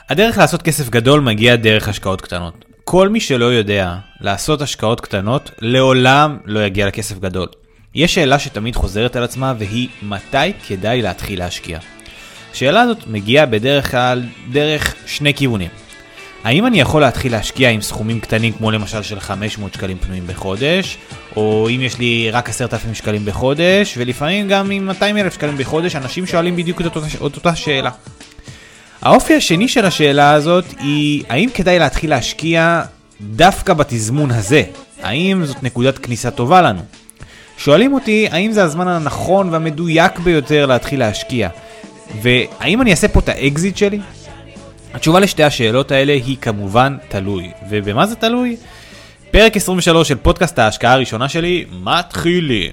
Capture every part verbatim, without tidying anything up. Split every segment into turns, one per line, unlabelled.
הדרך לעשות כסף גדול מגיע דרך השקעות קטנות. כל מי שלא יודע לעשות השקעות קטנות, לעולם לא יגיע לכסף גדול. יש שאלה שתמיד חוזרת על עצמה, והיא מתי כדאי להתחיל להשקיע. השאלה הזאת מגיעה בדרך כלל דרך שני כיוונים. האם אני יכול להתחיל להשקיע עם סכומים קטנים כמו למשל של חמש מאות שקלים פנויים בחודש, או אם יש לי רק עשרת אלפים שקלים בחודש, ולפעמים גם עם מאתיים אלף שקלים בחודש, אנשים שואלים בדיוק את אותה, את אותה שאלה. האופי השני של השאלה הזאת היא, האם כדאי להתחיל להשקיע דווקא בתזמון הזה? האם זאת נקודת כניסה טובה לנו? שואלים אותי, האם זה הזמן הנכון והמדויק ביותר להתחיל להשקיע? והאם אני אעשה פה את האקזיט שלי? התשובה לשתי השאלות האלה היא כמובן תלוי. ובמה זה תלוי? פרק עשרים ושלוש של פודקאסט ההשקעה הראשונה שלי, מתחילים.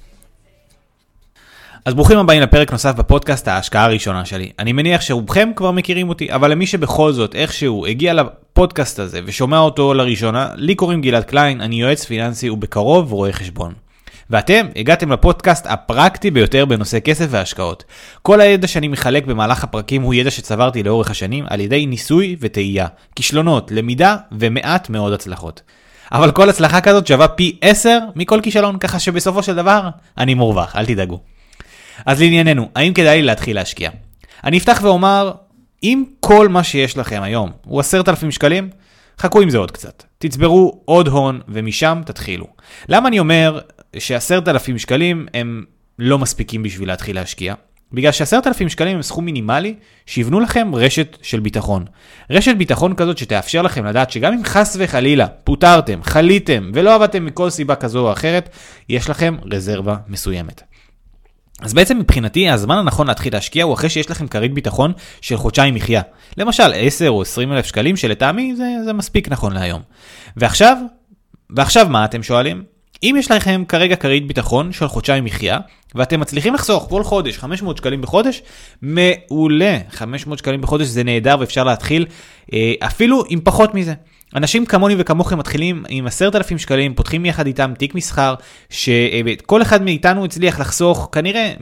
אז ברוכים הבאים לפרק נוסף בפודקאסט ההשקעה הראשונה שלי. אני מניח שרובכם כבר מכירים אותי, אבל למי שבכל זאת איכשהו הגיע לפודקאסט הזה ושומע אותו לראשונה, לי קוראים גלעד קליין, אני יועץ פיננסי ובקרוב רואה חשבון. ואתם הגעתם לפודקאסט הפרקטי ביותר בנושא כסף והשקעות. כל הידע שאני מחלק במהלך הפרקים הוא ידע שצברתי לאורך השנים על ידי ניסוי וטעייה, כישלונות, למידה ומעט מאוד הצלחות. אבל כל הצלחה כזאת שווה פי עשר מכל כישלון, ככה שבסופו של דבר אני מורווח, אל תדאגו. אז לענייננו, האם כדאי לי להתחיל להשקיע? אני אפתח ואומר, אם כל מה שיש לכם היום הוא עשרת אלפים שקלים, חכו עם זה עוד קצת. תצברו עוד הון ומשם תתחילו. למה אני אומר שעשרת אלפים שקלים הם לא מספיקים בשביל להתחיל להשקיע? בגלל שעשרת אלפים שקלים הם סכום מינימלי שיבנו לכם רשת של ביטחון. רשת ביטחון כזאת שתאפשר לכם לדעת שגם אם חס וחלילה פוטרתם, חליתם ולא עבדתם מכל סיבה כזו או אחרת, יש לכם רזרבה מסוימת. אז בעצם מבחינתי הזמן הנכון להתחיל להשקיע הוא אחרי שיש לכם כרית ביטחון של חודשיים מחיה. למשל עשר או עשרים אלף שקלים שלטעמי זה, זה מספיק נכון להיום. ועכשיו, ועכשיו מה אתם שואלים? אם יש לכם כרגע כרית ביטחון של חודשיים מחיה, ואתם מצליחים לחסוך כל חודש חמש מאות שקלים בחודש, מעולה. חמש מאות שקלים בחודש זה נהדר ואפשר להתחיל אפילו עם פחות מזה. אנשים כמוני וכמוכם מתחילים עם עשרת אלפים שקלים, פותחים יחד איתם תיק מסחר, שכל אחד מאיתנו הצליח לחסוך כנראה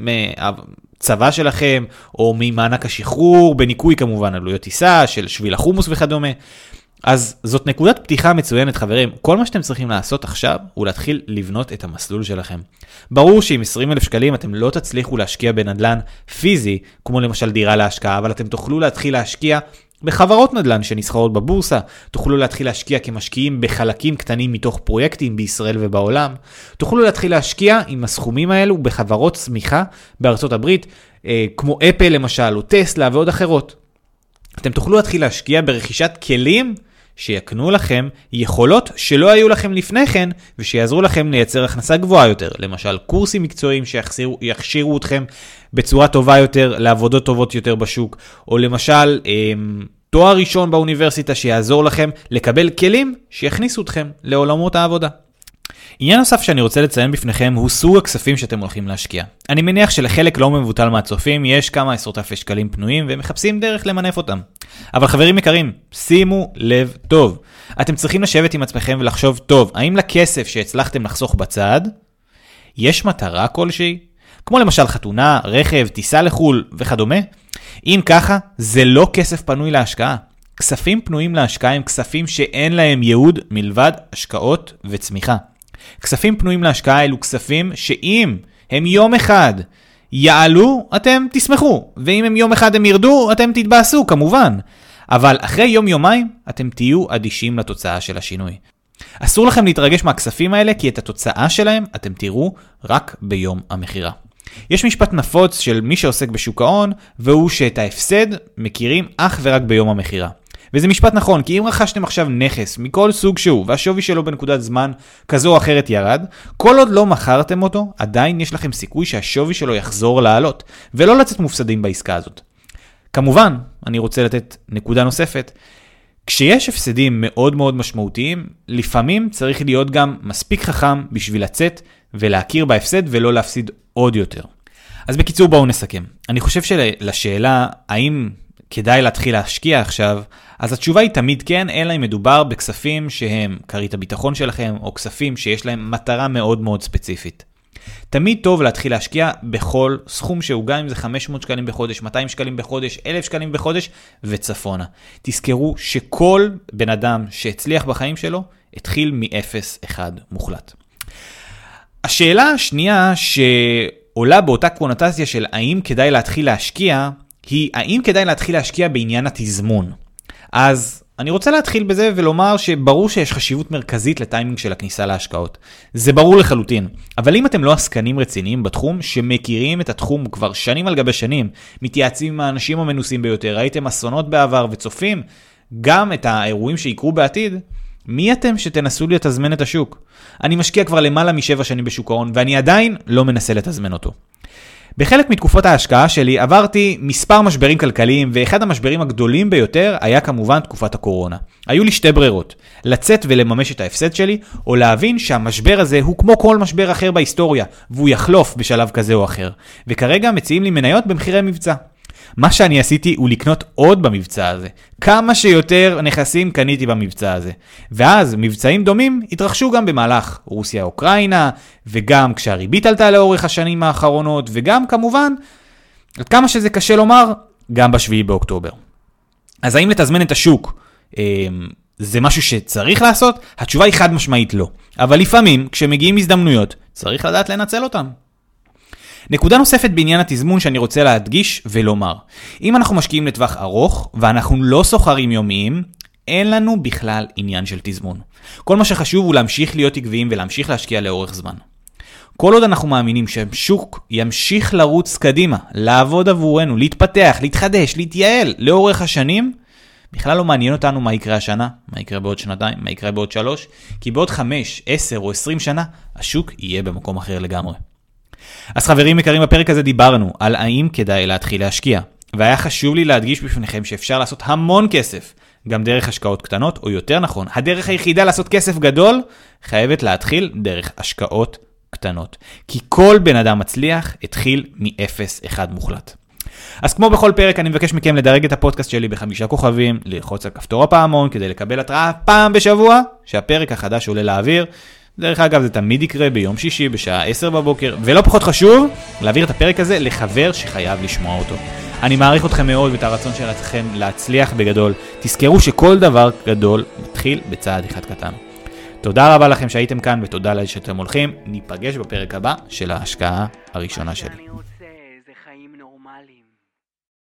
מהצבא שלכם, או ממענק השחרור, בניקוי כמובן עלויות טיסה, של שביל החומוס וכדומה. אז זאת נקודת פתיחה מצוינת חברים, כל מה שאתם צריכים לעשות עכשיו הוא להתחיל לבנות את המסלול שלכם. ברור שעם עשרים אלף שקלים אתם לא תצליחו להשקיע בנדלן פיזי, כמו למשל דירה להשקעה, אבל אתם תוכלו להתחיל להשקיע בחברות נדל"ן שנסחרות בבורסה, תוכלו להתחיל להשקיע כמשקיעים בחלקים קטנים מתוך פרויקטים בישראל ובעולם, תוכלו להתחיל להשקיע עם הסכומים האלו בחברות צמיחה בארצות הברית, אה, כמו אפל למשל, או טסלה ועוד אחרות. אתם תוכלו להתחיל להשקיע ברכישת כלים שיקנו לכם יכולות שלא היו לכם לפני כן, ושיעזרו לכם לייצר הכנסה גבוהה יותר. למשל, קורסים מקצועיים שיכשירו אתכם בצורה טובה יותר, לעבודות טובות יותר בשוק, או למשל, תואר ראשון באוניברסיטה שיעזור לכם לקבל כלים שיכניסו אתכם לעולמות העבודה. עניין נוסף שאני רוצה לציין בפניכם הוא סוג הכספים שאתם הולכים להשקיע. אני מניח שלחלק לא מבוטל מהצופים יש כמה עשרות אלפי שקלים פנויים והם מחפשים דרך למנף אותם. אבל חברים יקרים, שימו לב טוב. אתם צריכים לשבת עם עצמכם ולחשוב טוב, האם לכסף שהצלחתם לחסוך בצד, יש מטרה כלשהי? כמו למשל חתונה, רכב, טיסה לחול וכדומה? אם ככה, זה לא כסף פנוי להשקעה. כספים פנויים להשקעה הם כספים שאין להם ייעוד מלבד השקעות וצמיחה. כספים פנויים להשקעה אלו כספים שאם הם יום אחד יעלו, אתם תשמחו. ואם הם יום אחד הם ירדו, אתם תתבאסו כמובן. אבל אחרי יום יומיים, אתם תהיו אדישים לתוצאה של השינוי. אסור לכם להתרגש מהכספים האלה, כי את התוצאה שלהם אתם תראו רק ביום המחירה. יש משפט נפוץ של מי שעוסק בשוק ההון, והוא שאת ההפסד מכירים אך ורק ביום המחירה. וזה משפט נכון, כי אם רכשתם עכשיו נכס מכל סוג שהוא, והשווי שלו בנקודת זמן כזו או אחרת ירד, כל עוד לא מכרתם אותו, עדיין יש לכם סיכוי שהשווי שלו יחזור לעלות, ולא לצאת מופסדים בעסקה הזאת. כמובן, אני רוצה לתת נקודה נוספת, כשיש הפסדים מאוד מאוד משמעותיים, לפעמים צריך להיות גם מספיק חכם בשביל לצאת ולהכיר בהפסד ולא להפסיד עוד יותר. אז בקיצור בואו נסכם. אני חושב שלשאלה האם כדאי להתחיל להשקיע עכשיו, אז התשובה היא תמיד כן, אלא אם מדובר בכספים שהם כרית הביטחון שלכם, או כספים שיש להם מטרה מאוד מאוד ספציפית. תמיד טוב להתחיל להשקיע בכל סכום שהוא, גם אם זה חמש מאות שקלים בחודש, מאתיים שקלים בחודש, אלף שקלים בחודש וצפונה. תזכרו שכל בן אדם שהצליח בחיים שלו, התחיל מ-אפס אחד מוחלט. השאלה השנייה שעולה באותה קונוטציה של האם כדאי להתחיל להשקיע, היא האם כדאי להתחיל להשקיע בעניין התזמון. אז אני רוצה להתחיל בזה ולומר שברור שיש חשיבות מרכזית לטיימינג של הכניסה להשקעות. זה ברור לחלוטין. אבל אם אתם לא עסקנים רציניים בתחום, שמכירים את התחום כבר שנים על גבי שנים, מתייעצים עם האנשים המנוסים ביותר, ראיתם אסונות בעבר וצופים גם את האירועים שיקרו בעתיד, מי אתם שתנסו לתזמן את השוק? אני משקיע כבר למעלה משבע שנים בשוק ההון, ואני עדיין לא מנסה לתזמן אותו. בחלק מתקופות ההשקעה שלי עברתי מספר משברים כלכליים, ואחד המשברים הגדולים ביותר היה כמובן תקופת הקורונה. היו לי שתי ברירות, לצאת ולממש את ההפסד שלי, או להבין שהמשבר הזה הוא כמו כל משבר אחר בהיסטוריה, והוא יחלוף בשלב כזה או אחר. וכרגע מציעים לי מניות במחירי מבצע. מה שאני עשיתי הוא לקנות עוד במבצע הזה. כמה שיותר נכסים קניתי במבצע הזה. ואז מבצעים דומים התרחשו גם במהלך רוסיה-אוקראינה, וגם כשהריבית עלתה לאורך השנים האחרונות, וגם כמובן, עד כמה שזה קשה לומר, גם בשביעי באוקטובר. אז האם לתזמן את השוק זה משהו שצריך לעשות? התשובה היא חד משמעית לא. אבל לפעמים, כשמגיעים הזדמנויות, צריך לדעת לנצל אותם. נקודה נוספת בעניין התזמון שאני רוצה להדגיש ולומר. אם אנחנו משקיעים לטווח ארוך ואנחנו לא סוחרים יומיים, אין לנו בכלל עניין של תזמון. כל מה שחשוב הוא להמשיך להיות עקביים ולהמשיך להשקיע לאורך זמן. כל עוד אנחנו מאמינים שהשוק ימשיך לרוץ קדימה, לעבוד עבורנו, להתפתח, להתחדש, להתייעל לאורך השנים, בכלל לא מעניין אותנו מה יקרה השנה, מה יקרה בעוד שנתיים, מה יקרה בעוד שלוש, כי בעוד חמש, עשר או עשרים שנה, השוק יהיה במקום אחר לגמרי. אז חברים יקרים, בפרק הזה דיברנו על האם כדאי להתחיל להשקיע, והיה חשוב לי להדגיש בפניכם שאפשר לעשות המון כסף, גם דרך השקעות קטנות, או יותר נכון, הדרך היחידה לעשות כסף גדול, חייבת להתחיל דרך השקעות קטנות. כי כל בן אדם מצליח התחיל מ-אפס אחד מוחלט. אז כמו בכל פרק, אני מבקש מכם לדרג את הפודקאסט שלי בחמישה כוכבים, ללחוץ על כפתור הפעמון כדי לקבל התראה פעם בשבוע, שהפרק החדש עולה לאוויר. דרך אגב, זה תמיד יקרה ביום שישי בשעה עשר בבוקר, ולא פחות חשוב, להעביר את הפרק הזה לחבר שחייב לשמוע אותו. אני מעריך אתכם מאוד ואת הרצון שלכם להצליח בגדול. תזכרו שכל דבר גדול מתחיל בצעד אחד קטן. תודה רבה לכם שהייתם כאן, ותודה לי שאתם הולכים. ניפגש בפרק הבא של ההשקעה הראשונה שלי.